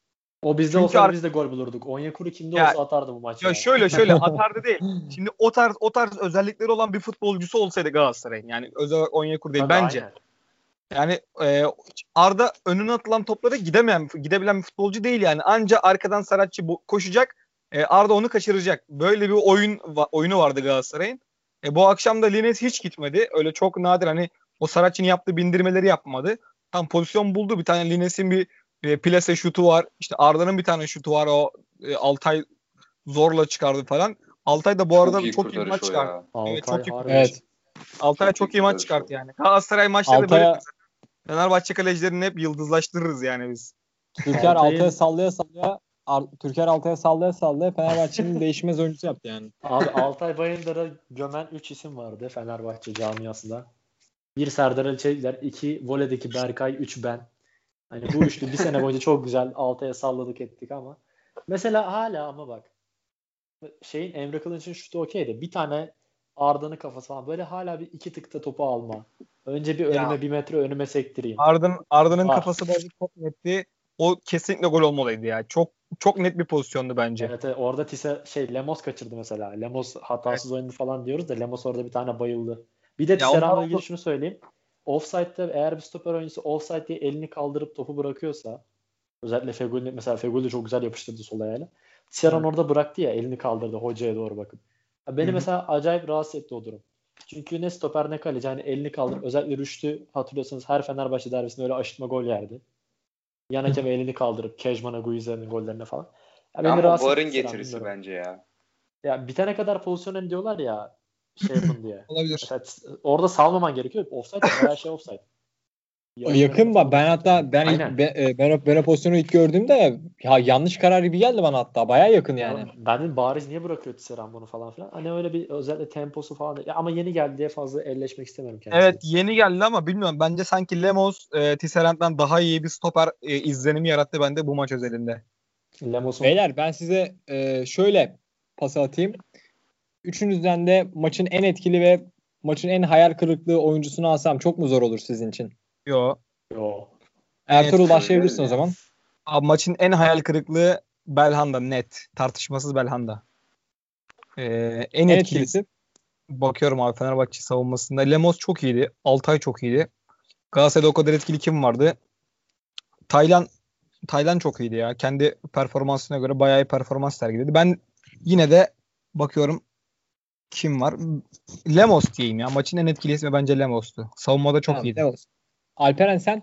Speaker 2: O bizde
Speaker 3: Çünkü
Speaker 2: olsaydı
Speaker 3: ar-
Speaker 2: biz de gol bulurduk. Onyekuru kimde
Speaker 3: ya,
Speaker 2: olsa atardı bu maçı
Speaker 3: ya
Speaker 2: ya.
Speaker 3: şöyle şöyle atardı değil. Şimdi o tarz o tarz özellikleri olan bir futbolcusu olsaydı Galatasaray'ın, yani özel Onyekuru değil
Speaker 2: Tabii
Speaker 3: bence.
Speaker 2: aynen.
Speaker 3: Yani e, Arda önüne atılan toplara gidemeyen, gidebilen bir futbolcu değil yani. Anca arkadan Saratçı koşacak, e, Arda onu kaçıracak. Böyle bir oyun oyunu vardı Galatasaray'ın. E, bu akşam da Lines hiç gitmedi. Öyle çok nadir hani o Saratçı'nın yaptığı bindirmeleri yapmadı. Tam pozisyon buldu. Bir tane Lines'in bir e, plase şutu var. İşte Arda'nın bir tane şutu var. O e, Altay zorla çıkardı falan. Altay da bu
Speaker 4: Çok
Speaker 3: arada
Speaker 4: iyi
Speaker 3: çok iyi bir
Speaker 4: kurtarış
Speaker 3: maç
Speaker 4: o
Speaker 3: çıkardı.
Speaker 4: ya.
Speaker 3: Evet,
Speaker 2: Altay
Speaker 3: çok iyi
Speaker 2: harbi.
Speaker 3: kurtarış.
Speaker 1: Evet.
Speaker 3: Altay
Speaker 4: Çok iyi
Speaker 3: çok iyi maç
Speaker 4: kurtarış
Speaker 3: çıkarttı
Speaker 4: o.
Speaker 3: yani. Galatasaray maçları böyle
Speaker 1: Altay'a
Speaker 3: Fenerbahçe kalecilerini hep yıldızlaştırırız yani biz.
Speaker 1: Türker
Speaker 2: Altay'ın
Speaker 1: Altay'a sallaya sallaya Ar- Türker Altay'a sallaya sallaya Fenerbahçe'nin değişmez oyuncusu yaptı yani.
Speaker 2: abi Altay Bayındır'a gömen üç isim vardı Fenerbahçe camiasında. Bir Serdar Ali Çelikler, iki voleydeki Berkay, üç ben. Hani bu üçlü bir sene boyunca çok güzel Altay'a salladık ettik ama mesela hala ama bak şeyin Emre Kılınç'ın şutu okeydi. Bir tane Arda'nın kafası falan böyle hala bir iki tıkta topu alma. Önce bir
Speaker 3: Ya
Speaker 2: önüme bir metre önüme sektireyim.
Speaker 3: Arda'nın Arda'nın
Speaker 2: Var.
Speaker 3: kafası bence çok netti. O kesinlikle gol olmalıydı ya. Çok çok net bir pozisyondu bence.
Speaker 2: Evet, evet, orada Tise şey Lemos kaçırdı mesela. Lemos hatasız
Speaker 3: Evet.
Speaker 2: oynadı falan diyoruz da Lemos orada bir tane bayıldı. Bir de
Speaker 3: Ya onlar
Speaker 2: Tisserand'la ilgili
Speaker 3: oldu.
Speaker 2: şunu söyleyeyim. Offside'de eğer bir stoper oyuncusu offside diye elini kaldırıp topu bırakıyorsa, özellikle Feguli mesela Feguli çok güzel yapıştırdı sol ayağıyla. Tisserand
Speaker 3: Evet.
Speaker 2: orada bıraktı ya, elini kaldırdı hocaya doğru bakıp. Beni
Speaker 3: Hı-hı.
Speaker 2: mesela acayip rahatsız etti o durum. Çünkü ne stoper ne kaleci. Hani elini kaldırıp özellikle Rüştü hatırlıyorsanız her Fenerbahçe derbisinde öyle aşırtma gol yerdi. Yan hakeme elini kaldırıp Kejman'a, Guiza'nın gollerine falan. Ya beni
Speaker 4: Ama
Speaker 2: rahatsız
Speaker 4: VAR'ın
Speaker 2: etti Serhan,
Speaker 4: getirisi
Speaker 2: bilmiyorum.
Speaker 4: bence ya.
Speaker 2: Ya bitene kadar pozisyon diyorlar ya şey yapın diye.
Speaker 3: Olabilir.
Speaker 2: Mesela orada salmaman gerekiyor. Offside ya, bayağı şey offside.
Speaker 1: Yakın mı? Ben hatta ben ilk,
Speaker 2: Aynen.
Speaker 1: ben, ben, o, ben o pozisyonu ilk gördüğümde ya yanlış karar gibi geldi bana hatta. Baya yakın yani.
Speaker 2: Ya benim bariz niye bırakıyor Tisserand bunu falan filan. Hani öyle bir özellikle temposu falan. Ya ama yeni geldi diye fazla elleşmek istemiyorum kendisiyle.
Speaker 3: Evet, yeni geldi ama bilmiyorum. Bence sanki Lemos e, Tisserand'dan daha iyi bir stoper e, izlenimi yarattı bende bu maç özelinde.
Speaker 2: Lemos'un
Speaker 1: Beyler ben size e, şöyle pas atayım. Üçünüzden de maçın en etkili ve maçın en hayal kırıklığı oyuncusunu alsam çok mu zor olur sizin için?
Speaker 3: Yo.
Speaker 2: yo.
Speaker 1: Ertuğrul
Speaker 3: Evet.
Speaker 1: başlayabilirsin o
Speaker 4: Ya.
Speaker 1: zaman.
Speaker 3: Abi, maçın en hayal kırıklığı Belhanda, net. Tartışmasız Belhanda. Ee, en
Speaker 1: En
Speaker 3: etkili
Speaker 1: etkilisi.
Speaker 3: bakıyorum abi Fenerbahçe savunmasında. Lemos çok iyiydi. Altay çok iyiydi. Galatasaray'da o kadar etkili kim vardı? Taylan Taylan çok iyiydi ya. Kendi performansına göre bayağı iyi performans sergiledi. Ben yine de bakıyorum kim var? Lemos diyeyim ya. Maçın en etkili ismi bence Lemos'tu. Savunmada çok
Speaker 1: Tamam,
Speaker 3: iyiydi.
Speaker 1: ne olsun. Alperen sen?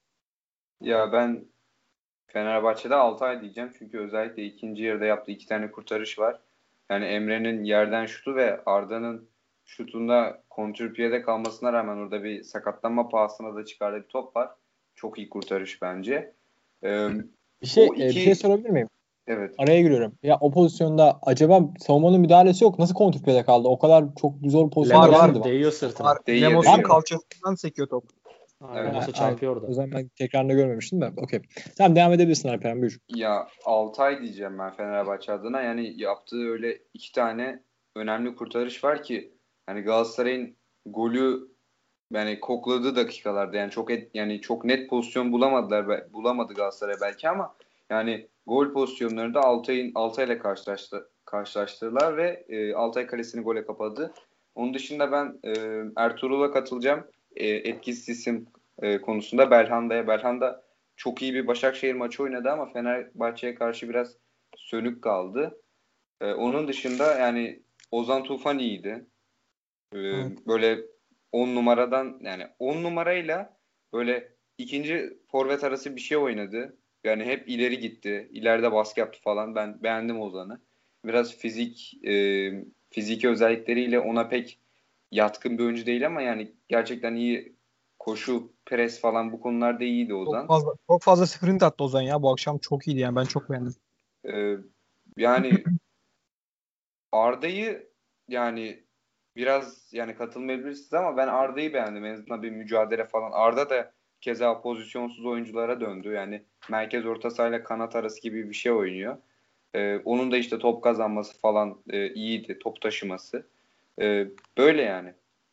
Speaker 4: Ya ben Fenerbahçe'de Altay diyeceğim. Çünkü özellikle ikinci yarıda yaptığı iki tane kurtarış var. Yani Emre'nin yerden şutu ve Arda'nın şutunda kontrpiyede kalmasına rağmen orada bir sakatlanma pahasına da çıkardığı bir top var. Çok iyi kurtarış bence. Ee,
Speaker 1: Bir şey
Speaker 4: o
Speaker 1: e, bir
Speaker 4: iki
Speaker 1: şey sorabilir miyim?
Speaker 4: evet.
Speaker 1: Araya giriyorum. Ya o pozisyonda acaba savunmanın müdahalesi yok. Nasıl kontrpiyede kaldı? O kadar çok zor pozisyon
Speaker 3: Var,
Speaker 1: gelmedi
Speaker 3: var.
Speaker 1: bana.
Speaker 2: Değiyor sırtına.
Speaker 3: Var.
Speaker 4: Değiyor,
Speaker 3: Lemos'un
Speaker 4: değiyor.
Speaker 3: kalçasından sekiyor top.
Speaker 2: Aynen,
Speaker 4: Evet.
Speaker 2: Lemos'a
Speaker 1: Ha, aynen.
Speaker 2: çarpıyor orada.
Speaker 1: O zaman ben tekrarını görmemiştim de. Okey. Tamam, devam edebilirsin Alperen, buyur.
Speaker 4: Ya Altay diyeceğim ben Fenerbahçe adına. Yani yaptığı öyle iki tane önemli kurtarış var ki hani Galatasaray'ın golü yani kokladığı dakikalarda yani çok et, yani çok net pozisyon bulamadılar bulamadı Galatasaray belki ama yani gol pozisyonlarında Altay'ın Altay'la karşılaştı karşılaştırdılar ve e, Altay kalesini gole kapadı. Onun dışında ben e, Ertuğrul'a katılacağım. E, etkisiz isim e, konusunda Belhanda'ya. Belhanda çok iyi bir Başakşehir maçı oynadı ama Fenerbahçe'ye karşı biraz sönük kaldı. E, onun dışında yani Ozan Tufan iyiydi. E,
Speaker 3: Evet.
Speaker 4: Böyle on numaradan yani on numarayla böyle ikinci forvet arası bir şey oynadı. Yani hep ileri gitti. İleride baskı yaptı falan. Ben beğendim Ozan'ı. Biraz fizik e, fiziki özellikleriyle ona pek yatkın bir oyuncu değil ama yani gerçekten iyi koşu, pres falan bu konularda iyiydi
Speaker 3: Çok
Speaker 4: Ozan.
Speaker 3: fazla çok fazla sprint attı Ozan ya. Bu akşam çok iyiydi yani. Ben çok beğendim.
Speaker 4: Ee, Yani Arda'yı yani biraz yani katılmayabilirsiniz ama ben Arda'yı beğendim. En azından bir mücadele falan. Arda da keza pozisyonsuz oyunculara döndü. Yani merkez orta sahayla kanat arası gibi bir şey oynuyor. Ee, onun da işte top kazanması falan e, iyiydi. Top taşıması. Ee, böyle yani.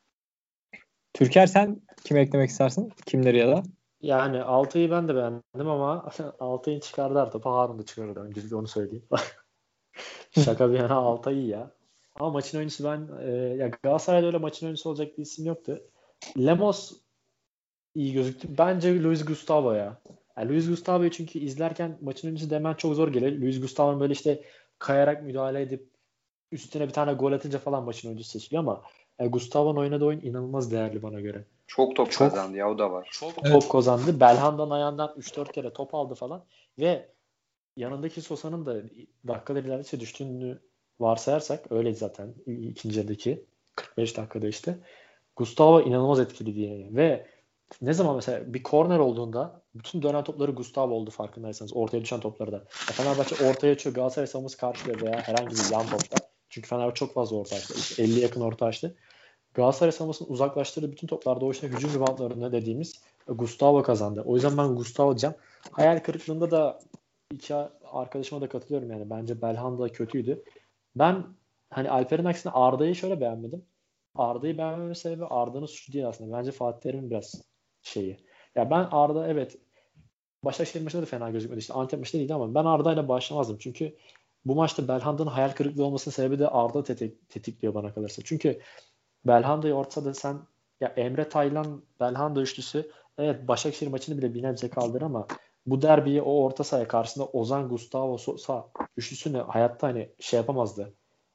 Speaker 1: Türker sen kimi eklemek istersin? Kimleri ya da?
Speaker 2: Yani Altay'ı ben de beğendim ama Altay'ın çıkardılar topu, Harun da çıkardı. Öncelikle onu söyleyeyim. Şaka bir yana Altay iyi ya. Ama maçın oyuncusu ben e, ya Galatasaray'da öyle maçın oyuncusu olacak bir isim yoktu. Lemos iyi gözüktü. Bence Luis Gustavo ya. Yani Luis Gustavo'yu çünkü izlerken maçın oyuncusu demen çok zor geliyor. Luis Gustavo'nun böyle işte kayarak müdahale edip üstüne bir tane gol atınca falan maçın oyuncusu seçiliyor ama yani Gustavo'nun oynadığı oyun inanılmaz değerli bana göre.
Speaker 4: Çok top
Speaker 2: Çok
Speaker 4: kazandı ya o da var.
Speaker 2: çok
Speaker 3: Evet.
Speaker 2: top kazandı. Belhanda'nın ayağından üç dört kere top aldı falan ve yanındaki Sosa'nın da dakikalar ilerledikçe düştüğünü varsayarsak öyle zaten ikinci yarıdaki kırk beş dakikada işte Gustavo inanılmaz etkili diye ve ne zaman mesela bir korner olduğunda bütün dönen topları Gustavo oldu farkındaysanız, ortaya düşen topları da. Ya Fenerbahçe ortaya açıyor, Galatasaray savunması karşılıyor veya herhangi bir yan topta. Çünkü Fenerbahçe çok fazla orta açtı. İşte elliye yakın orta açtı. Galatasaray savunmasının uzaklaştırdığı bütün toplarda o işte hücum reboundlarında dediğimiz Gustavo kazandı. O yüzden ben Gustavo diyeceğim. Hayal kırıklığında da iki arkadaşıma da katılıyorum yani. Bence Belhanda kötüydü. Ben hani Alper'in aksine Arda'yı şöyle beğenmedim. Arda'yı beğenmememin sebebi Arda'nın suçu değil aslında. Bence Fatih Terim'in biraz şeyi. Ya ben Arda evet Başakşehir maçında da fena gözükmedi. İşte Antep maçında değildi ama ben Arda'yla başlamazdım. Çünkü bu maçta Belhanda'nın hayal kırıklığı olmasının sebebi de Arda tetik, tetikliyor bana kalırsa. Çünkü Belhanda'yı ortada sen ya Emre Taylan Belhanda üçlüsü evet Başakşehir maçını bile bir nebze kaldır ama bu derbiyi o orta sahaya karşısında Ozan Gustavo Sosa üçlüsünü hayatta hani şey yapamazdı.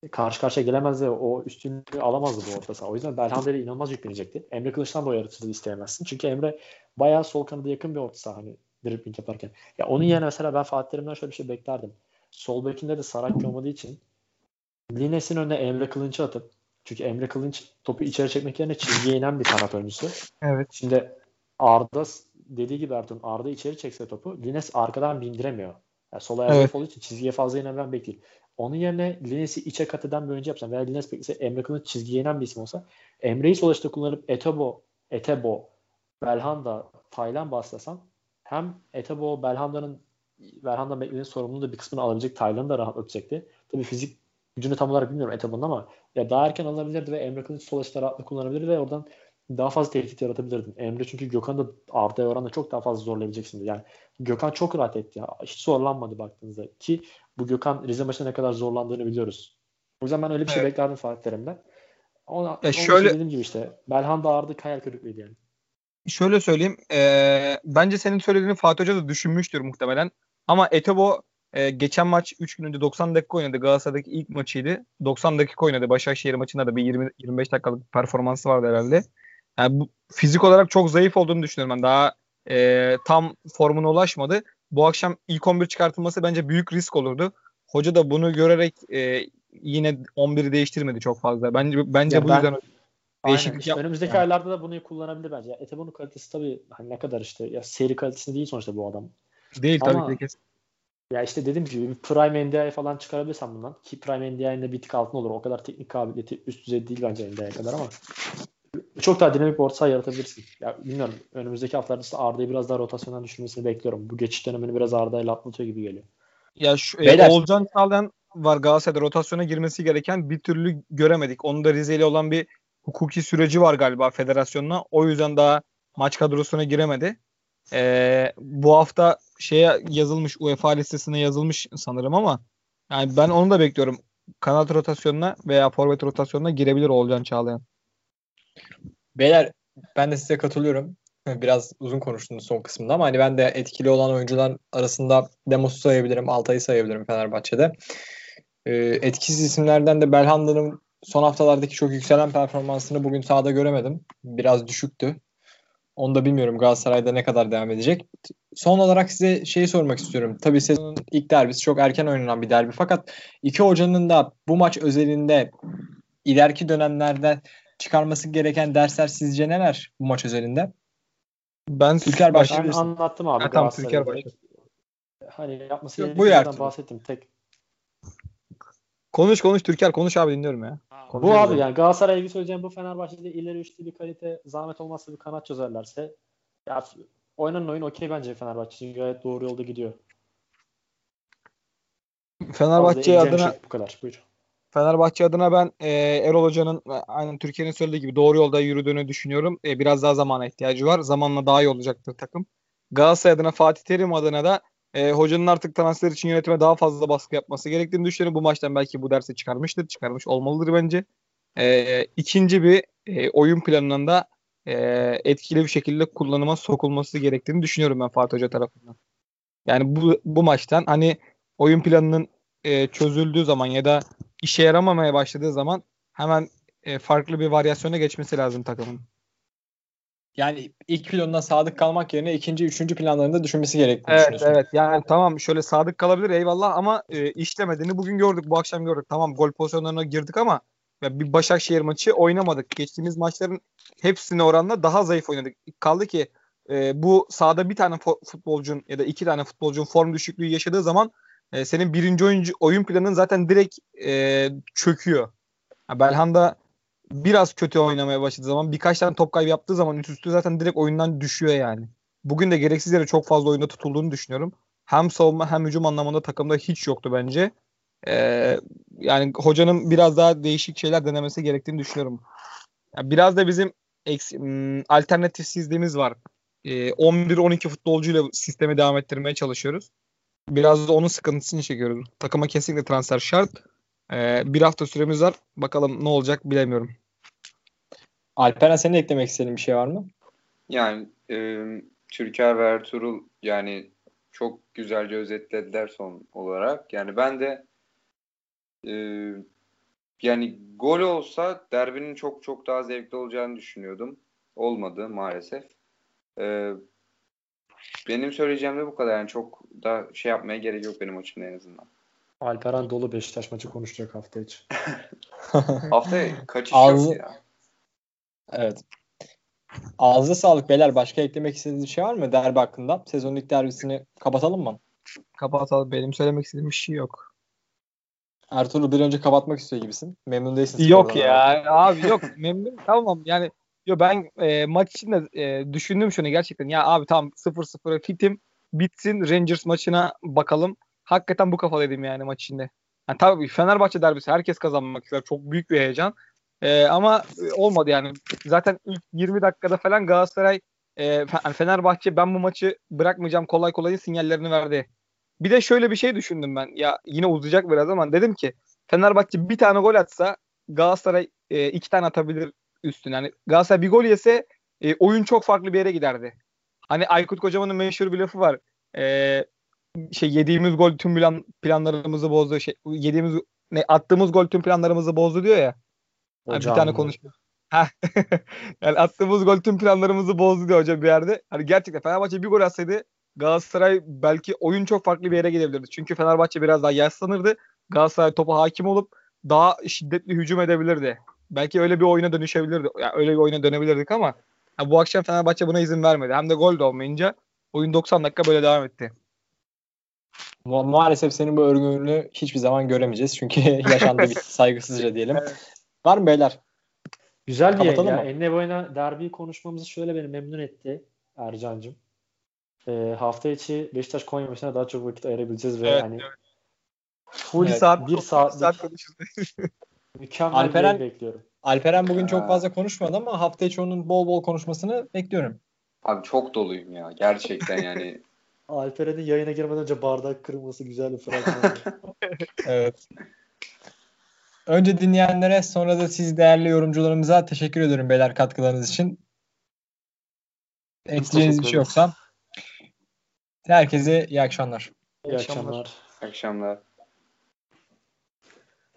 Speaker 2: karşı karşıya gelemez de o üstünlüğü alamazdı bu orta saha. O yüzden Belhanda'ya inanılmaz yüklenecekti. Emre Kılıç'tan da o yaratıcılığı isteyemezsin. Çünkü Emre bayağı sol kanada yakın bir orta saha hani dribbling yaparken. Ya onun yerine mesela ben Fatih Terim'den şöyle bir şey beklerdim. Sol bekinde de Saracchi olmadığı için Lines'in önüne Emre Kılınç'ı atıp, çünkü Emre Kılınç topu içeri çekmek yerine çizgiye inen bir kanat oyuncusu.
Speaker 3: Evet.
Speaker 2: Şimdi Arda dediği gibi Ertuğrul, Arda içeri çekse topu Lines arkadan bindiremiyor. Yani sol ayağı
Speaker 3: Evet.
Speaker 2: zayıf olduğu için çizgiye fazla inen ben bekleyeyim. Onun yerine Lines'i içe kat eden bir oyuncu yapsam veya Lines beklese Emre Kılınç çizgiye inen bir isim olsa Emre'yi sol açıda kullanıp Etebo, Etebo, Belhanda, Taylan baslasan hem Etebo, Belhanda'nın Belhanda beklediğinin sorumluluğu da bir kısmını alabilecek, Taylan'ı da rahatlatacak. Tabii fizik gücünü tam olarak bilmiyorum Etebo'nun ama ya daha erken alınabilirdi ve Emre Kılıç sol açıda rahatlıkla kullanabilirdi ve oradan daha fazla tehdit yaratabilirdin. Emre çünkü Gökhan'ı da Arda'ya oranla çok daha fazla zorlayabileceksin. Yani Gökhan çok rahat etti ya. Hiç zorlanmadı baktığınızda. Ki bu Gökhan Rize maçında ne kadar zorlandığını biliyoruz. O yüzden ben öyle bir şey
Speaker 3: Evet.
Speaker 2: beklerdim Fatih Terim'den. Ona,
Speaker 3: Ya
Speaker 2: onun için
Speaker 3: şöyle
Speaker 2: dediğim gibi işte Belhanda Arda hayal kırıklığıydı yani.
Speaker 3: şöyle söyleyeyim. E, bence senin söylediğini Fatih Hoca da düşünmüştür muhtemelen. Ama Etebo e, geçen maç üç gün önce doksan dakika oynadı. Galatasaray'daki ilk maçıydı. doksan dakika oynadı. Başakşehir maçında da bir yirmi yirmi beş dakikalık performansı vardı herhalde. Yani bu fizik olarak çok zayıf olduğunu düşünüyorum ben. Daha e, tam formuna ulaşmadı. Bu akşam ilk on bir çıkartılması bence büyük risk olurdu. Hoca da bunu görerek e, yine on biri değiştirmedi çok fazla. Bence bence
Speaker 2: Ya
Speaker 3: bu
Speaker 2: ben
Speaker 3: yüzden
Speaker 2: aynen
Speaker 3: değişiklik
Speaker 2: işte
Speaker 3: yapmadı.
Speaker 2: önümüzdeki
Speaker 3: Yani.
Speaker 2: aylarda da bunu kullanabilir bence. Ya Etebo'nun kalitesi tabii hani ne kadar işte ya seri kalitesinde değil sonuçta bu adam.
Speaker 3: Değil tabii ki de
Speaker 2: Ama
Speaker 3: kesin.
Speaker 2: ya işte dediğim gibi bir Prime N D I falan çıkarabilirsem bundan ki Prime N D I'nin de bir tık altında olur. O kadar teknik kabiliyeti üst düzey değil bence N D I'ye kadar ama çok daha dinamik bir orta saha yaratabilirsin. Ya bilmiyorum. Önümüzdeki haftalarda işte Arda'yı biraz daha rotasyondan düşürmesini bekliyorum. Bu geçiş dönemini biraz Arda'yla atlatıyor gibi geliyor.
Speaker 3: Ya şu, e,
Speaker 1: Beyler
Speaker 3: Oğulcan Çağlayan var Galatasaray'da rotasyona girmesi gereken bir türlü göremedik. Onun da Rize ile olan bir hukuki süreci var galiba federasyonla. O yüzden daha maç kadrosuna giremedi. E, bu hafta şeye yazılmış U E F A listesine yazılmış sanırım ama yani ben onu da bekliyorum. Kanat rotasyonuna veya forvet rotasyonuna girebilir Oğulcan Çağlayan.
Speaker 1: Beyler ben de size katılıyorum. Biraz uzun konuştunuz son kısmında ama hani ben de etkili olan oyuncular arasında Demos'u sayabilirim, Altay'ı sayabilirim Fenerbahçe'de. Ee, etkisiz isimlerden de Belhanda'nın son haftalardaki çok yükselen performansını bugün sahada göremedim. Biraz düşüktü. Onu da bilmiyorum Galatasaray'da ne kadar devam edecek. Son olarak size şeyi sormak istiyorum. Tabii sezonun ilk derbisi çok erken oynanan bir derbi. Fakat iki hocanın da bu maç özelinde ileriki dönemlerde çıkarması gereken dersler sizce neler bu maç özelinde?
Speaker 3: Ben
Speaker 1: Türker
Speaker 3: baş...
Speaker 2: Ben
Speaker 1: başlayabilirsin.
Speaker 2: anlattım abi
Speaker 3: Ha, tamam
Speaker 2: Galatasaray'ı
Speaker 3: Türker
Speaker 2: direkt.
Speaker 3: başladı.
Speaker 2: Hani yapması
Speaker 1: Yok,
Speaker 2: gereken
Speaker 1: buyur
Speaker 2: şeylerden
Speaker 1: Ertuğrul.
Speaker 2: bahsettim. Tek
Speaker 3: Konuş konuş Türker konuş abi dinliyorum ya.
Speaker 2: bu
Speaker 3: Konuşuyoruz
Speaker 2: abi
Speaker 3: yani.
Speaker 2: yani Galatasaray'a ilgili söyleyeceğim bu Fenerbahçe'de ileri üçlü bir kalite zahmet olmazsa bir kanat çözerlerse ya oynanan oyun okey bence Fenerbahçe için gayet doğru yolda gidiyor. Fazla
Speaker 3: Fenerbahçe
Speaker 2: ekleyeceğim bir şey
Speaker 3: adına
Speaker 2: yok bu kadar. Buyur.
Speaker 3: Fenerbahçe adına ben e, Erol Hoca'nın e, aynen Türkiye'nin söylediği gibi doğru yolda yürüdüğünü düşünüyorum. E, biraz daha zamana ihtiyacı var. Zamanla daha iyi olacaktır takım. Galatasaray adına Fatih Terim adına da e, hocanın artık transfer için yönetime daha fazla baskı yapması gerektiğini düşünüyorum. Bu maçtan belki bu dersi çıkarmıştır. Çıkarmış olmalıdır bence. E, ikinci bir e, oyun planının da e, etkili bir şekilde kullanıma sokulması gerektiğini düşünüyorum ben Fatih Hoca tarafından. Yani bu, bu maçtan hani oyun planının e, çözüldüğü zaman ya da işe yaramamaya başladığı zaman hemen e, farklı bir varyasyona geçmesi lazım takımın.
Speaker 1: Yani ilk planına sadık kalmak yerine ikinci, üçüncü planlarında düşünmesi gerektiğini
Speaker 3: Evet
Speaker 1: düşünüyorsun.
Speaker 3: evet yani tamam şöyle sadık kalabilir eyvallah ama e, işlemediğini bugün gördük bu akşam gördük. Tamam gol pozisyonlarına girdik ama ya bir Başakşehir maçı oynamadık. Geçtiğimiz maçların hepsine oranla daha zayıf oynadık. Kaldı ki e, bu sahada bir tane fo- futbolcun ya da iki tane futbolcun form düşüklüğü yaşadığı zaman e, senin birinci oyuncu oyun planın zaten direkt e, çöküyor. Ha, Belhanda biraz kötü oynamaya başladığı zaman birkaç tane top kaybı yaptığı zaman üst üste zaten direkt oyundan düşüyor yani. Bugün de gereksiz yere çok fazla oyunda tutulduğunu düşünüyorum. Hem savunma hem hücum anlamında takımda hiç yoktu bence. Ee, yani hocanın biraz daha değişik şeyler denemesi gerektiğini düşünüyorum. Yani biraz da bizim eks- m, alternatifsizliğimiz var. Ee, on bir on iki futbolcuyla sistemi devam ettirmeye çalışıyoruz. Biraz da onun sıkıntısını çekiyoruz. Takıma kesinlikle transfer şart. Ee, bir hafta süremiz var. Bakalım ne olacak bilemiyorum.
Speaker 1: Alperen senin de eklemek istediğin bir şey var mı?
Speaker 4: Yani e, Türker ve Ertuğrul yani çok güzelce özetlediler son olarak. Yani ben de e, yani gol olsa derbinin çok çok daha zevkli olacağını düşünüyordum. Olmadı maalesef. Ee, benim söyleyeceğim de bu kadar. Yani çok da şey yapmaya gerek yok benim açımdan en azından.
Speaker 2: Alperen dolu Beşiktaş maçı konuşacak hafta içi.
Speaker 4: Haftaya kaçış
Speaker 1: Ağzı-
Speaker 4: yok ya.
Speaker 1: Evet. Ağzına sağlık beyler. Başka eklemek istediğiniz bir şey var mı derbi hakkında? Sezon ilk derbisini kapatalım mı?
Speaker 3: Kapatalım. Benim söylemek istediğim bir şey yok.
Speaker 1: Ertuğrul bir önce kapatmak istiyor gibisin. Memnun değilsin
Speaker 3: Yok
Speaker 1: skordan
Speaker 3: ya
Speaker 1: herhalde.
Speaker 3: abi yok memnun tamam yani yo ben e, maç için de e, düşündüm şunu gerçekten ya abi tamam sıfır sıfıra fitim bitsin Rangers maçına bakalım. Hakikaten bu kafadaydım yani maç içinde. Yani tabii Fenerbahçe derbisi herkes kazanmak ister. Çok büyük bir heyecan. E, ama e, olmadı yani. Zaten ilk yirmi dakikada falan Galatasaray e, Fe- Fenerbahçe ben bu maçı bırakmayacağım kolay kolay sinyallerini verdi. Bir de şöyle bir şey düşündüm ben. Ya yine uzayacak biraz ama dedim ki Fenerbahçe bir tane gol atsa Galatasaray e, iki tane atabilir üstüne. Yani Galatasaray bir gol yese e, oyun çok farklı bir yere giderdi. Hani Aykut Kocaman'ın meşhur bir lafı var. E, şey yediğimiz gol tüm plan, planlarımızı bozdu. Şey yediğimiz ne attığımız gol tüm planlarımızı bozdu diyor ya. Hani bir
Speaker 2: Hocam
Speaker 3: tane
Speaker 2: mı?
Speaker 3: konuşuyor. Heh. Yani attığımız gol tüm planlarımızı bozdu diyor hoca bir yerde. Hani gerçekten Fenerbahçe bir gol atsaydı Galatasaray belki oyun çok farklı bir yere gidebilirdi. Çünkü Fenerbahçe biraz daha yaslanırdı. Galatasaray topa hakim olup daha şiddetli hücum edebilirdi. Belki öyle bir oyuna dönüşebilirdi. Yani öyle bir oyuna dönebilirdik ama ya bu akşam Fenerbahçe buna izin vermedi. Hem de gol de olmayınca oyun doksan dakika böyle devam etti.
Speaker 1: Ma- Maalesef senin bu örgünlüğünü hiçbir zaman göremeyeceğiz. Çünkü yaşandı bitti saygısızca diyelim. Var mı beyler?
Speaker 2: Güzel bir yayın
Speaker 1: Kapatalım
Speaker 2: ya.
Speaker 1: mı?
Speaker 2: Enine boyuna derbiyi konuşmamız şöyle beni memnun etti Ercan'cığım. Ee, hafta içi Beşiktaş Konya maçına daha çok vakit ayırabileceğiz ve
Speaker 3: Evet,
Speaker 2: hani
Speaker 3: evet. Full
Speaker 1: Evet.
Speaker 3: saat,
Speaker 2: bir
Speaker 3: full saat
Speaker 2: saatlik
Speaker 3: konuşuruz.
Speaker 2: mükemmel bir yayın
Speaker 1: Alperen
Speaker 2: bekliyorum.
Speaker 1: Alperen bugün çok
Speaker 4: Aa,
Speaker 1: fazla konuşmadı ama hafta içi onun bol bol konuşmasını bekliyorum.
Speaker 4: abi çok doluyum ya. Gerçekten yani.
Speaker 2: Alperen'in yayına girmeden önce bardak kırılması güzel bir fragman.
Speaker 1: Evet. Önce dinleyenlere sonra da siz değerli yorumcularımıza teşekkür ediyorum beyler katkılarınız için. Ekleyeceğiniz bir
Speaker 2: teşekkür
Speaker 1: şey
Speaker 2: ederiz.
Speaker 1: yoksa herkese iyi akşamlar.
Speaker 2: İyi akşamlar.
Speaker 4: akşamlar.